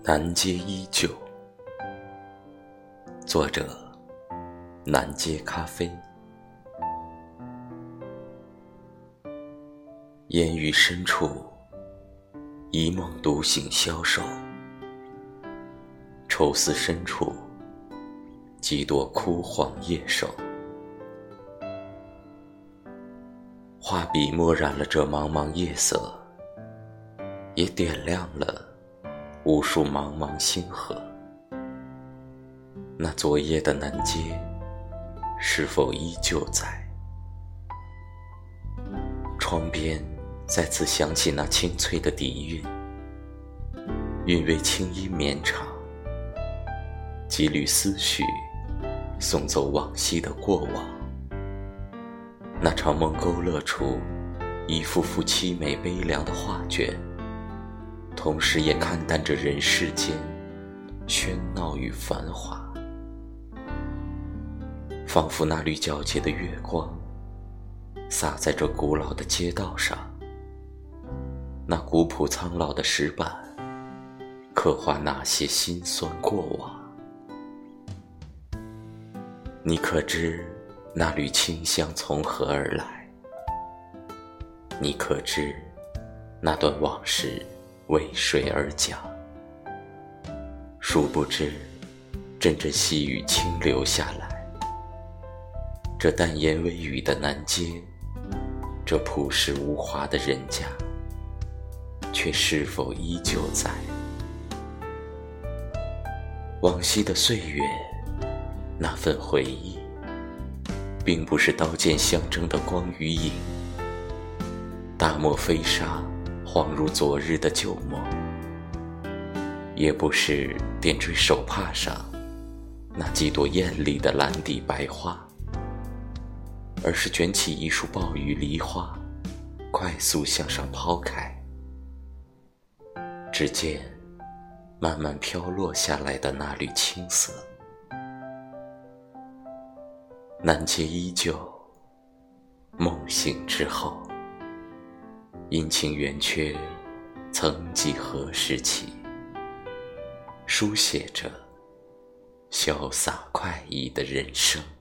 南街依旧，作者南街咖啡。烟雨深处，一梦独醒消瘦；愁思深处，几朵枯黄叶瘦。画笔墨染了这茫茫夜色，也点亮了无数茫茫星河。那昨夜的南街，是否依旧在？窗边再次响起那清脆的笛韵，韵味轻音绵长，几缕思绪送走往昔的过往。那场梦勾勒出一幅幅凄美悲凉的画卷，同时也看淡着人世间喧闹与繁华。仿佛那缕皎洁的月光洒在这古老的街道上，那古朴苍老的石板刻画那些辛酸过往。你可知那缕清香从何而来？你可知那段往事为谁而讲？殊不知阵阵细雨轻流下来，这淡言微语的南街，这朴实无华的人家，却是否依旧在？往昔的岁月，那份回忆，并不是刀剑相争的光与影，大漠飞沙恍如昨日的旧梦，也不是点缀手帕上那几朵艳丽的蓝底白花，而是卷起一束暴雨梨花，快速向上抛开。只见慢慢飘落下来的那缕青色。南街依旧，梦醒之后，阴晴圆缺曾几何时起，书写着潇洒快意的人生。